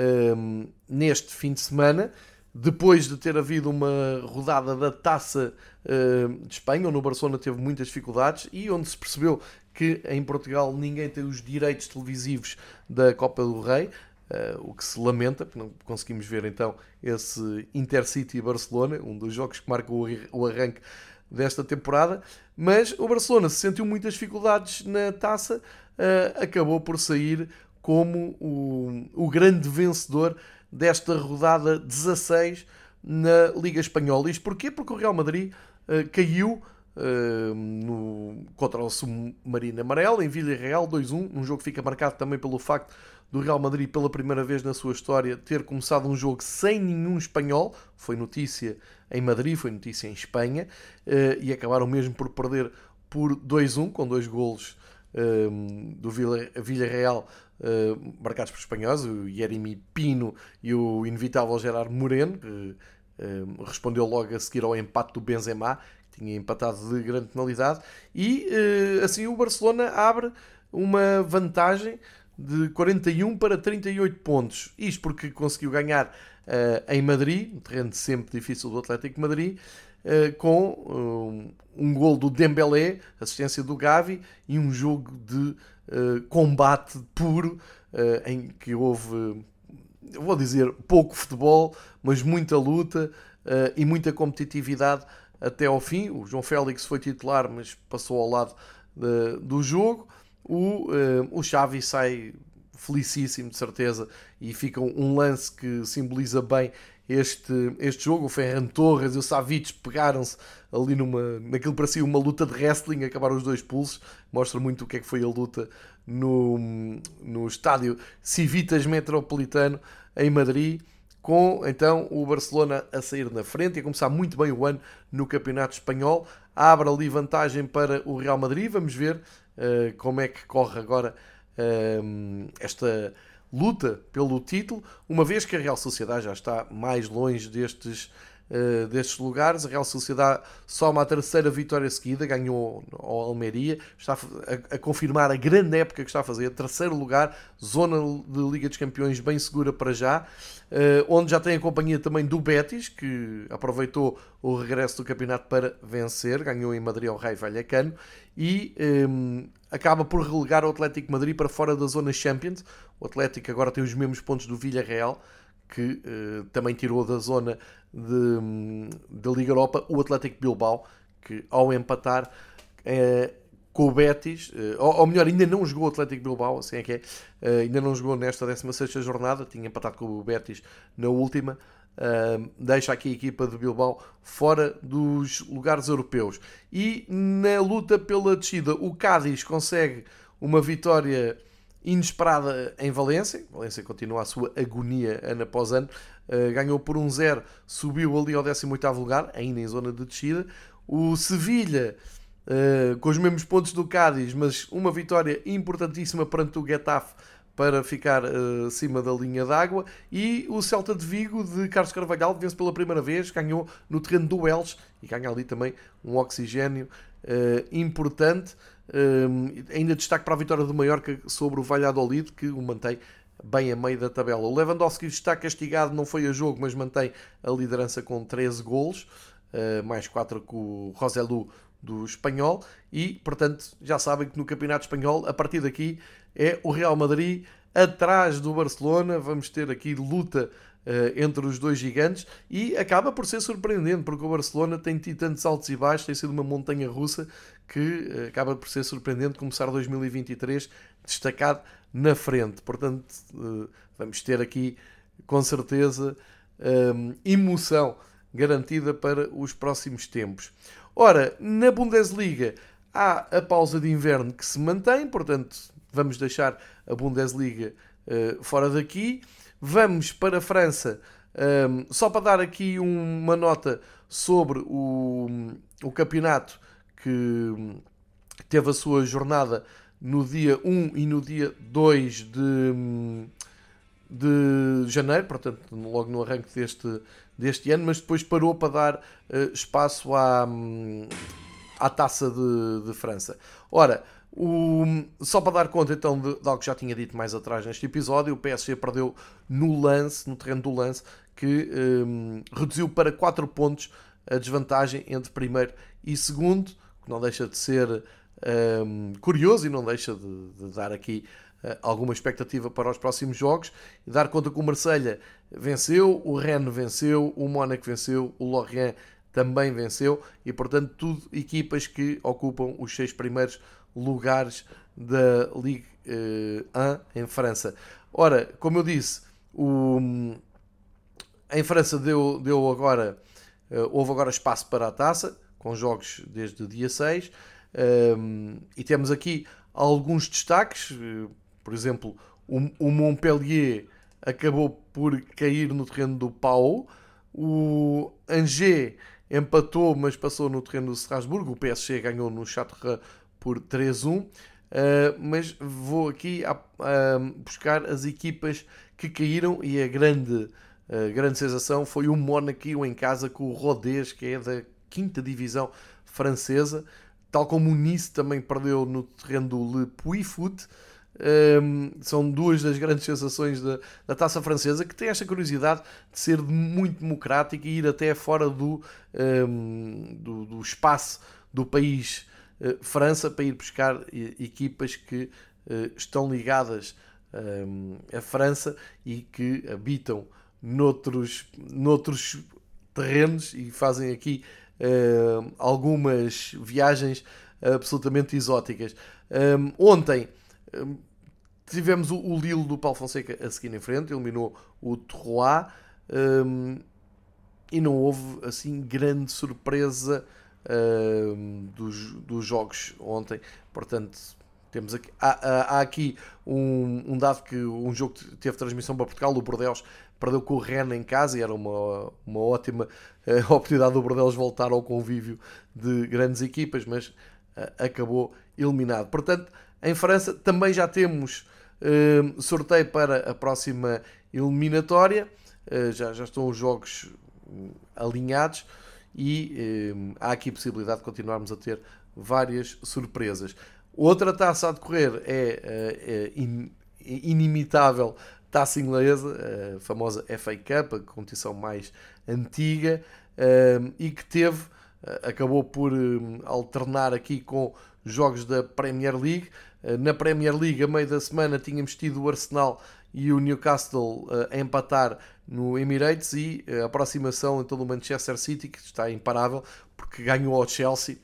um, neste fim de semana, depois de ter havido uma rodada da Taça uh, de Espanha, onde o Barcelona teve muitas dificuldades e onde se percebeu que em Portugal ninguém tem os direitos televisivos da Copa do Rei. Uh, o que se lamenta, porque não conseguimos ver então esse Intercity Barcelona, um dos jogos que marca o arranque desta temporada, mas o Barcelona se sentiu muitas dificuldades na taça, uh, acabou por sair como o, o grande vencedor desta rodada dezasseis na Liga Espanhola. Isto porquê? Porque o Real Madrid uh, caiu Uh, no, contra o Submarino Amarelo em Villarreal dois a um, um jogo que fica marcado também pelo facto do Real Madrid pela primeira vez na sua história ter começado um jogo sem nenhum espanhol. Foi notícia em Madrid, foi notícia em Espanha, uh, e acabaram mesmo por perder por dois a um, com dois golos uh, do Villarreal uh, marcados por espanhóis, o Yeremy Pino e o inevitável Gerard Moreno, que uh, respondeu logo a seguir ao empate do Benzema, tinha empatado de grande penalidade, e assim o Barcelona abre uma vantagem de quarenta e um para trinta e oito pontos. Isto porque conseguiu ganhar uh, em Madrid, um terreno sempre difícil do Atlético de Madrid, uh, com um, um gol do Dembélé, assistência do Gavi, e um jogo de uh, combate puro, uh, em que houve, vou dizer, pouco futebol, mas muita luta uh, e muita competitividade até ao fim. O João Félix foi titular, mas passou ao lado de, do jogo. O, uh, o Xavi sai felicíssimo, de certeza, e fica um lance que simboliza bem este, este jogo. O Ferran Torres e o Savic pegaram-se ali numa, naquilo que parecia uma luta de wrestling, acabaram os dois pulsos. Mostra muito o que é que foi a luta no, no estádio Civitas Metropolitano em Madrid, com então o Barcelona a sair na frente e a começar muito bem o ano no Campeonato Espanhol. Abre ali vantagem para o Real Madrid. Vamos ver uh, como é que corre agora uh, esta luta pelo título, uma vez que a Real Sociedade já está mais longe destes, uh, destes lugares. A Real Sociedade soma a terceira vitória seguida, ganhou ao Almeria, está a, a confirmar a grande época que está a fazer, terceiro lugar, zona de Liga dos Campeões bem segura para já, uh, onde já tem a companhia também do Betis, que aproveitou o regresso do campeonato para vencer, ganhou em Madrid ao Rayo Vallecano, e um, acaba por relegar o Atlético de Madrid para fora da zona Champions. O Atlético agora tem os mesmos pontos do Villarreal, que uh, também tirou da zona de, da Liga Europa o Atlético Bilbao, que ao empatar uh, com o Betis, uh, ou, ou melhor, ainda não jogou o Atlético Bilbao, assim é que é, uh, ainda não jogou nesta décima sexta jornada, tinha empatado com o Betis na última, uh, deixa aqui a equipa de Bilbao fora dos lugares europeus. E na luta pela descida, o Cádiz consegue uma vitória inesperada em Valência. Valência continua a sua agonia ano após ano. Uh, ganhou por um zero, subiu ali ao décimo oitavo lugar, ainda em zona de descida. O Sevilha, uh, com os mesmos pontos do Cádiz, mas uma vitória importantíssima perante o Getafe para ficar uh, acima da linha d'água. E o Celta de Vigo, de Carlos Carvalhal, vence pela primeira vez, ganhou no terreno do Elche e ganha ali também um oxigénio uh, importante. Um, ainda destaque para a vitória do Mallorca sobre o Valladolid, que o mantém bem a meio da tabela. O Lewandowski está castigado, não foi a jogo, mas mantém a liderança com treze golos, uh, mais quatro com o Roselu do Espanhol. E, portanto, já sabem que no Campeonato Espanhol, a partir daqui, é o Real Madrid atrás do Barcelona. Vamos ter aqui luta Uh, entre os dois gigantes, e acaba por ser surpreendente, porque o Barcelona tem tido tantos altos e baixos, tem sido uma montanha russa, que uh, acaba por ser surpreendente começar dois mil e vinte e três destacado na frente. Portanto, uh, vamos ter aqui com certeza um, emoção garantida para os próximos tempos. Ora, na Bundesliga há a pausa de inverno que se mantém, portanto vamos deixar a Bundesliga uh, fora daqui. Vamos para a França, um, só para dar aqui uma nota sobre o, o campeonato que teve a sua jornada no dia um e no dia dois de, de janeiro, portanto, logo no arranque deste, deste ano, mas depois parou para dar uh, espaço à, à Taça de, de França. Ora, o, só para dar conta então de, de algo que já tinha dito mais atrás neste episódio, o P S G perdeu no lance, no terreno do lance, que um, reduziu para quatro pontos a desvantagem entre primeiro e segundo, que não deixa de ser um, curioso e não deixa de, de dar aqui uh, alguma expectativa para os próximos jogos, e dar conta que o Marselha venceu, o Rennes venceu, o Mónaco venceu, o Lorient também venceu, e portanto tudo equipas que ocupam os seis primeiros lugares da Ligue um em França. Ora, como eu disse, o, em França deu, deu agora, houve agora espaço para a taça, com jogos desde o dia seis, e temos aqui alguns destaques. Por exemplo, o Montpellier acabou por cair no terreno do Pau, o Angers empatou, mas passou no terreno do Strasbourg, o P S G ganhou no Chartres por três a um, uh, mas vou aqui a, a buscar as equipas que caíram, e a grande, a grande sensação foi o Mónaco em casa com o Rodez, que é da quinta divisão francesa, tal como o Nice também perdeu no terreno do Le Puy-Foot. Um, são duas das grandes sensações da, da taça francesa, que tem esta curiosidade de ser muito democrática e ir até fora do, um, do, do espaço do país uh, França, para ir buscar uh, equipas que uh, estão ligadas um, à França e que habitam noutros, noutros terrenos e fazem aqui uh, algumas viagens absolutamente exóticas. Um, ontem um, tivemos o, o Lille do Paulo Fonseca a seguir em frente, eliminou o Troyes, um, e não houve assim grande surpresa um, dos, dos jogos ontem. Portanto, temos aqui, há, há, há aqui um, um dado que um jogo que teve transmissão para Portugal, o Bordeaux perdeu com o Rennes em casa, e era uma, uma ótima uh, oportunidade do Bordeaux voltar ao convívio de grandes equipas, mas uh, acabou eliminado. Portanto, em França também já temos uh, sorteio para a próxima eliminatória, uh, já, já estão os jogos alinhados, e uh, há aqui possibilidade de continuarmos a ter várias surpresas. Outra taça a decorrer é uh, in, inimitável taça inglesa, a famosa F A Cup, a competição mais antiga, uh, e que teve, uh, acabou por uh, alternar aqui com jogos da Premier League. Na Premier League, a meio da semana, tínhamos tido o Arsenal e o Newcastle a empatar no Emirates, e a aproximação então do Manchester City, que está imparável, porque ganhou ao Chelsea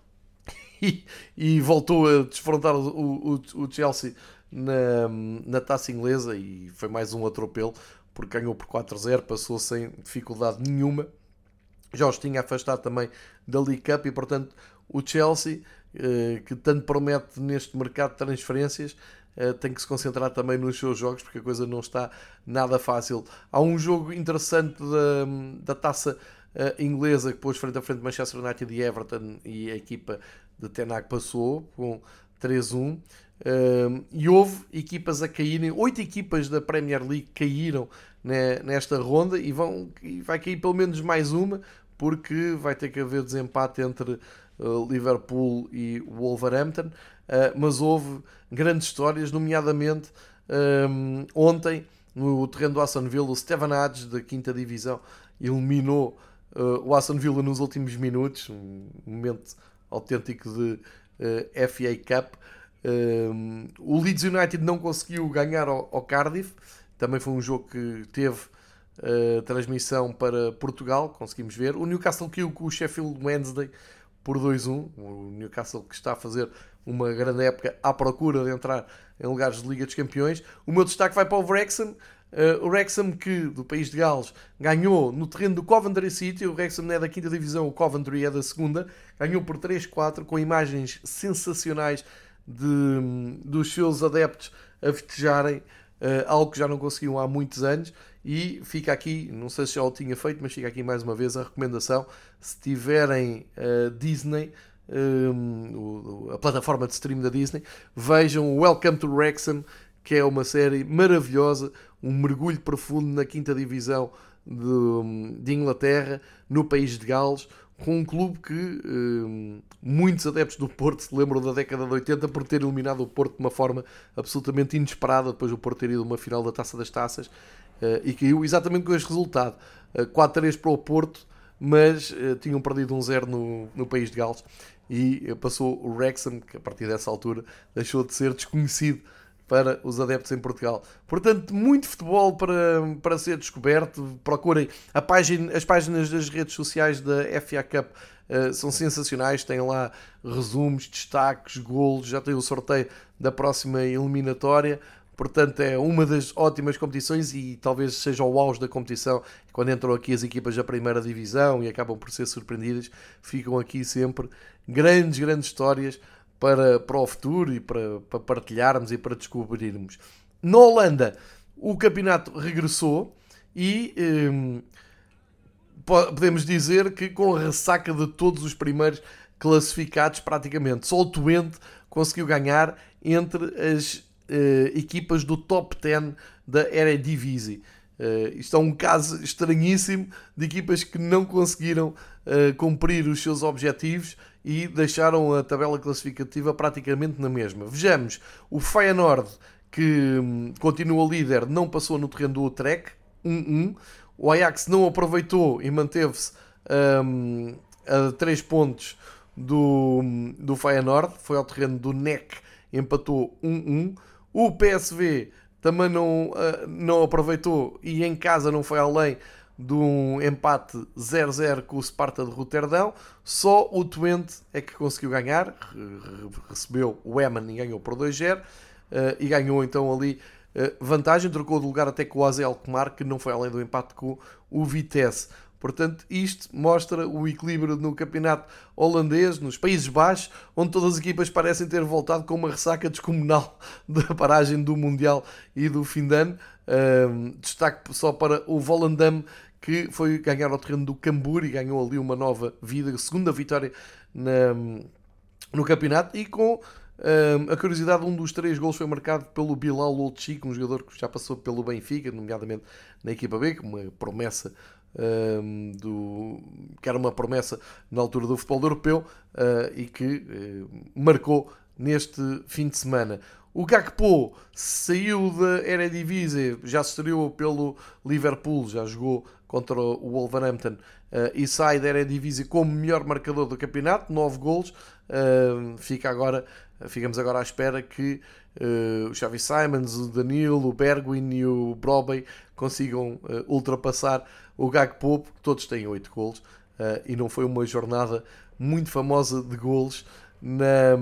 e, e voltou a desfrontar o, o, o Chelsea na, na taça inglesa, e foi mais um atropelo, porque ganhou por quatro a zero, passou sem dificuldade nenhuma. Já os tinha afastado também da League Cup, e portanto o Chelsea, que tanto promete neste mercado de transferências, tem que se concentrar também nos seus jogos, porque a coisa não está nada fácil. Há um jogo interessante da, da taça inglesa, que pôs frente a frente Manchester United e Everton, e a equipa de Ten Hag passou com três a um. E houve equipas a caírem, oito equipas da Premier League caíram nesta ronda, e, vão, e vai cair pelo menos mais uma, porque vai ter que haver desempate entre uh, Liverpool e Wolverhampton, uh, mas houve grandes histórias, nomeadamente um, ontem no terreno do Aston Villa, o Stevenage da quinta divisão eliminou uh, o Aston Villa nos últimos minutos, um momento autêntico de uh, F A Cup. Um, o Leeds United não conseguiu ganhar ao, ao Cardiff, também foi um jogo que teve Uh, transmissão para Portugal, conseguimos ver. O Newcastle caiu com o Sheffield Wednesday por dois a um. O Newcastle, que está a fazer uma grande época à procura de entrar em lugares de Liga dos Campeões. O meu destaque vai para o Wrexham. Uh, o Wrexham, que do país de Gales, ganhou no terreno do Coventry City. O Wrexham não é da quinta divisão, o Coventry é da segunda. Ganhou por três a quatro, com imagens sensacionais de, dos seus adeptos a festejarem algo que já não conseguiam há muitos anos. E fica aqui, não sei se já o tinha feito, mas fica aqui mais uma vez a recomendação: se tiverem uh, Disney, um, a plataforma de stream da Disney, vejam Welcome to Wrexham, que é uma série maravilhosa, um mergulho profundo na quinta divisão de, de Inglaterra, no país de Gales, com um clube que um, muitos adeptos do Porto se lembram da década de oitenta por ter eliminado o Porto de uma forma absolutamente inesperada, depois do Porto ter ido a uma final da Taça das Taças, uh, e caiu exatamente com este resultado, uh, quatro a três para o Porto, mas uh, tinham perdido um zero no, no país de Gales, e uh, passou o Wrexham, que a partir dessa altura deixou de ser desconhecido para os adeptos em Portugal. Portanto, muito futebol para, para ser descoberto. Procurem a página, as páginas das redes sociais da F A Cup, uh, são sensacionais, têm lá resumos, destaques, golos, já tem o sorteio da próxima eliminatória. Portanto, é uma das ótimas competições e talvez seja o auge da competição. Quando entram aqui as equipas da primeira divisão e acabam por ser surpreendidas, ficam aqui sempre grandes, grandes histórias para, para o futuro e para, para partilharmos e para descobrirmos. Na Holanda, o campeonato regressou e hum, podemos dizer que com a ressaca de todos os primeiros classificados praticamente. Só o Twente conseguiu ganhar entre as uh, equipas do top dez da Eredivisie. Uh, isto é um caso estranhíssimo de equipas que não conseguiram uh, cumprir os seus objetivos e deixaram a tabela classificativa praticamente na mesma. Vejamos, o Feyenoord, que hum, continua líder, não passou no terreno do Utrecht, um a um. O Ajax não aproveitou e manteve-se hum, a três pontos do, do Feyenoord, foi ao terreno do N E C, empatou um a um. O P S V também não, uh, não aproveitou e em casa não foi além de um empate zero a zero com o Sparta de Roterdão. Só o Twente é que conseguiu ganhar, recebeu o Emmen e ganhou por dois a zero, uh, e ganhou então ali uh, vantagem, trocou de lugar até com o A Z Alkmaar, que não foi além do empate com o Vitesse. Portanto, isto mostra o equilíbrio no campeonato holandês, nos Países Baixos, onde todas as equipas parecem ter voltado com uma ressaca descomunal da paragem do Mundial e do fim de ano. Um, destaque só para o Volendam, que foi ganhar ao terreno do Cambuur e ganhou ali uma nova vida, segunda vitória na, no campeonato, e com um, a curiosidade, um dos três gols foi marcado pelo Bilal Olchik, um jogador que já passou pelo Benfica, nomeadamente na equipa B, como uma promessa Um, do, que era uma promessa na altura do futebol europeu, uh, e que uh, marcou neste fim de semana. O Gakpo saiu da Eredivisie, já se estreou pelo Liverpool, já jogou contra o Wolverhampton, uh, e sai da Eredivisie como melhor marcador do campeonato, nove golos. Uh, fica agora, ficamos agora à espera que uh, o Xavi Simons, o Danilo, o Bergwijn e o Brobbey consigam uh, ultrapassar o Gakpo, porque todos têm oito golos, uh, e não foi uma jornada muito famosa de golos na,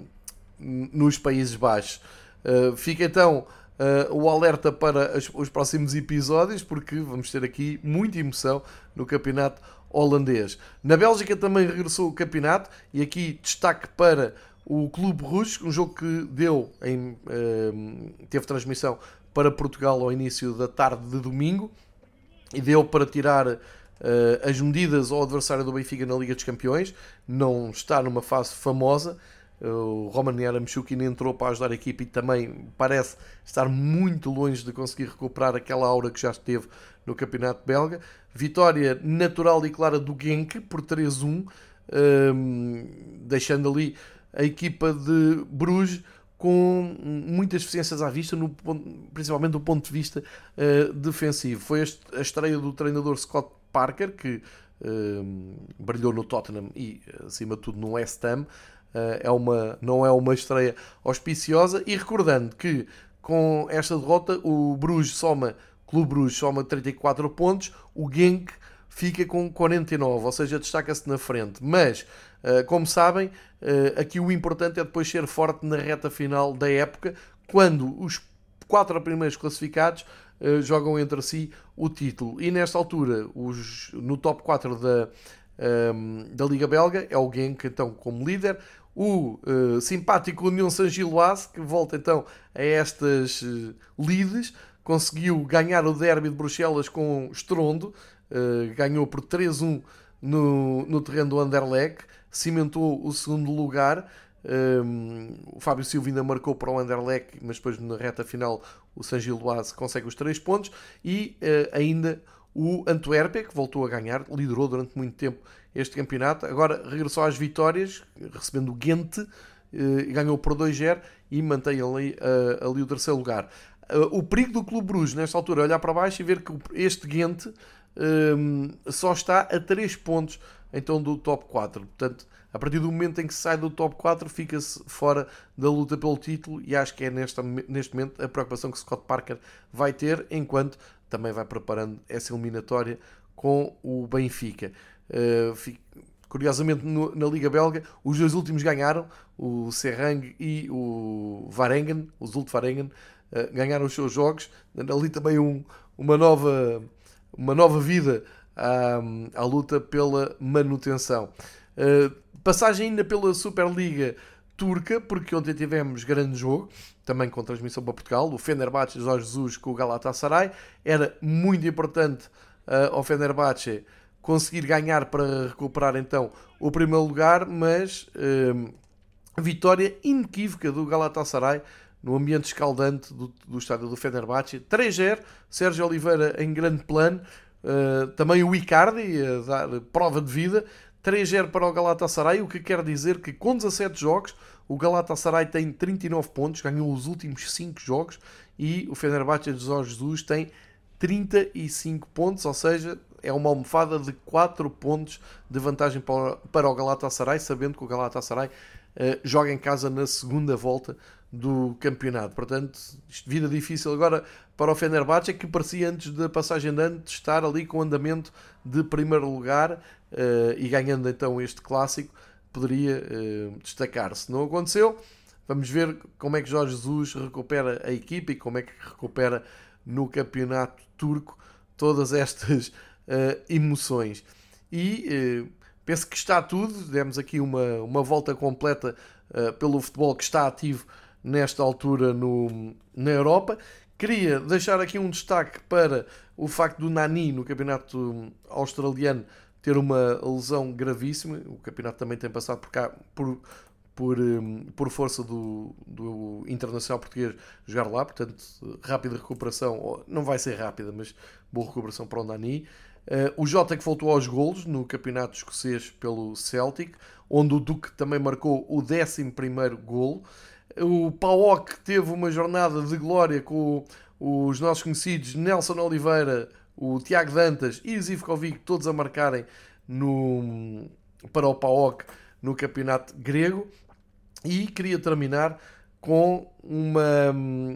nos Países Baixos. Uh, fica então uh, o alerta para as, os próximos episódios, porque vamos ter aqui muita emoção no campeonato holandês. Na Bélgica também regressou o campeonato, e aqui destaque para o Clube Rouge, um jogo que deu em, uh, teve transmissão para Portugal ao início da tarde de domingo, e deu para tirar uh, as medidas ao adversário do Benfica na Liga dos Campeões. Não está numa fase famosa. Uh, o Roman Yaramchuk entrou para ajudar a equipe e também parece estar muito longe de conseguir recuperar aquela aura que já esteve no campeonato belga. Vitória natural e clara do Genk por três a um, uh, deixando ali a equipa de Bruges com muitas deficiências à vista, no, principalmente do ponto de vista uh, defensivo. Foi a estreia do treinador Scott Parker, que uh, brilhou no Tottenham e, acima de tudo, no West Ham. Uh, é uma, não é uma estreia auspiciosa. E recordando que, com esta derrota, o Bruges soma, Clube Bruges soma trinta e quatro pontos, o Genk fica com quarenta e nove, ou seja, destaca-se na frente. Mas, como sabem, aqui o importante é depois ser forte na reta final da época, quando os quatro primeiros classificados jogam entre si o título. E nesta altura, os, no top quatro da, da Liga Belga, é o Genk então como líder, o uh, simpático União Saint-Gilloise, que volta então a estas uh, lides, conseguiu ganhar o derby de Bruxelas com estrondo, uh, ganhou por três a um no, no terreno do Anderlecht, cimentou o segundo lugar. Um, o Fábio Silva ainda marcou para o Anderlecht, mas depois na reta final o Saint-Gilloise consegue os três pontos, e uh, ainda o Antuérpia, que voltou a ganhar, liderou durante muito tempo este campeonato, agora regressou às vitórias, recebendo o Ghent, uh, ganhou por dois a zero e mantém ali, uh, ali o terceiro lugar. Uh, o perigo do Clube Bruges nesta altura é olhar para baixo e ver que este Ghent um, só está a três pontos então do top quatro, portanto a partir do momento em que se sai do top quatro, fica-se fora da luta pelo título, e acho que é nesta, neste momento a preocupação que Scott Parker vai ter, enquanto também vai preparando essa eliminatória com o Benfica. Uh, fico, curiosamente, no, na Liga Belga, os dois últimos ganharam, o Serrang e o Varengen, o Zulte Varengen, uh, ganharam os seus jogos, ali também um, uma, nova, uma nova vida à, à luta pela manutenção. Uh, passagem ainda pela Superliga Turca, porque ontem tivemos grande jogo, também com transmissão para Portugal, o Fenerbahçe de Jorge Jesus com o Galatasaray. Era muito importante uh, ao Fenerbahçe conseguir ganhar para recuperar então o primeiro lugar, mas uh, vitória inequívoca do Galatasaray no ambiente escaldante do, do estádio do Fenerbahçe, três a zero, Sérgio Oliveira em grande plano, uh, também o Icardi a dar prova de vida, três a zero para o Galatasaray, o que quer dizer que com dezassete jogos o Galatasaray tem trinta e nove pontos, ganhou os últimos cinco jogos, e o Fenerbahçe de Jorge Jesus tem trinta e cinco pontos, ou seja, é uma almofada de quatro pontos de vantagem para o Galatasaray, sabendo que o Galatasaray uh, joga em casa na segunda volta do campeonato. Portanto, vida difícil agora para o Fenerbahçe, que parecia antes da passagem de ano estar ali com andamento de primeiro lugar, uh, e ganhando então este clássico poderia uh, destacar-se. Não aconteceu. Vamos ver como é que Jorge Jesus recupera a equipa e como é que recupera no campeonato turco todas estas uh, emoções. E uh, penso que está tudo. Demos aqui uma, uma volta completa uh, pelo futebol que está ativo nesta altura no, na Europa. Queria deixar aqui um destaque para o facto do Nani no campeonato australiano ter uma lesão gravíssima. O campeonato também tem passado por cá por, por, por força do, do Internacional Português jogar lá, portanto rápida recuperação, não vai ser rápida, mas boa recuperação para o Nani. Uh, o Jota, que voltou aos golos no campeonato escocês pelo Celtic, onde o Duque também marcou o décimo primeiro golo. O Paok teve uma jornada de glória com os nossos conhecidos Nelson Oliveira, o Tiago Dantas e o Zivkovic, todos a marcarem no, para o Paok no campeonato grego. E queria terminar com uma,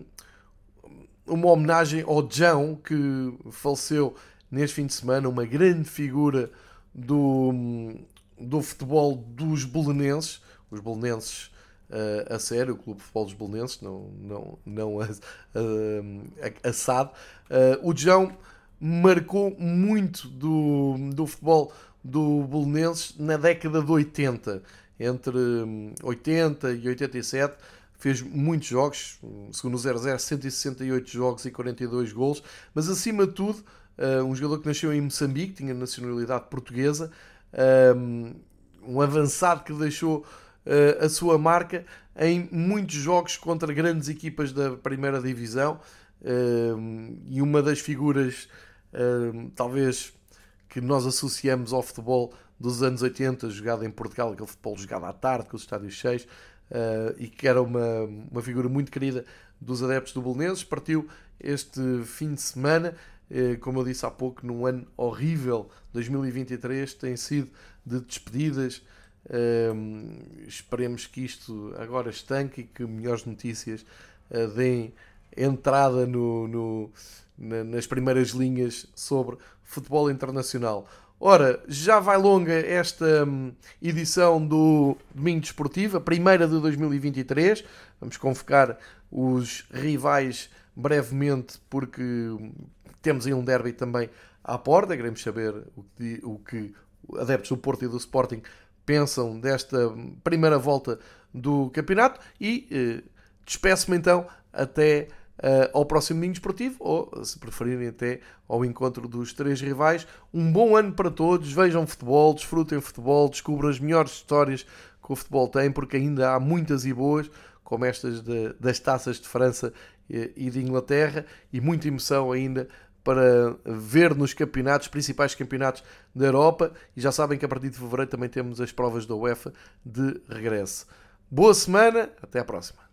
uma homenagem ao João, que faleceu neste fim de semana, uma grande figura do, do futebol dos belenenses. Os belenenses Uh, a sério, o Clube de Futebol dos Belenenses, não, não, não a, a, a S A D. Uh, o João marcou muito do, do futebol do Belenenses na década de oitenta, entre oitenta e oitenta e sete, fez muitos jogos, segundo o zero zero, cento e sessenta e oito jogos e quarenta e dois golos, mas acima de tudo, uh, um jogador que nasceu em Moçambique, tinha nacionalidade portuguesa, um, um avançado que deixou Uh, a sua marca em muitos jogos contra grandes equipas da primeira divisão, uh, e uma das figuras uh, talvez que nós associamos ao futebol dos anos oitenta, jogado em Portugal, aquele futebol jogado à tarde com os estádios cheios, uh, e que era uma, uma figura muito querida dos adeptos do Belenenses. Partiu este fim de semana, uh, como eu disse há pouco, num ano horrível. Dois mil e vinte e três tem sido de despedidas. Um, esperemos que isto agora estanque e que melhores notícias uh, deem entrada no, no, na, nas primeiras linhas sobre futebol internacional. Ora, já vai longa esta um, edição do Domingo Desportivo, a primeira de dois mil e vinte e três. Vamos convocar os rivais brevemente, porque temos aí um derby também à porta. Queremos saber o que, o que adeptos do Porto e do Sporting pensam desta primeira volta do campeonato e eh, despeço-me então até uh, ao próximo Domingo Desportivo, ou, se preferirem, até ao encontro dos três rivais. Um bom ano para todos, vejam futebol, desfrutem futebol, descubram as melhores histórias que o futebol tem, porque ainda há muitas e boas, como estas de, das taças de França e de Inglaterra, e muita emoção ainda para ver nos campeonatos, principais campeonatos da Europa, e já sabem que a partir de fevereiro também temos as provas da UEFA de regresso. Boa semana, até à próxima.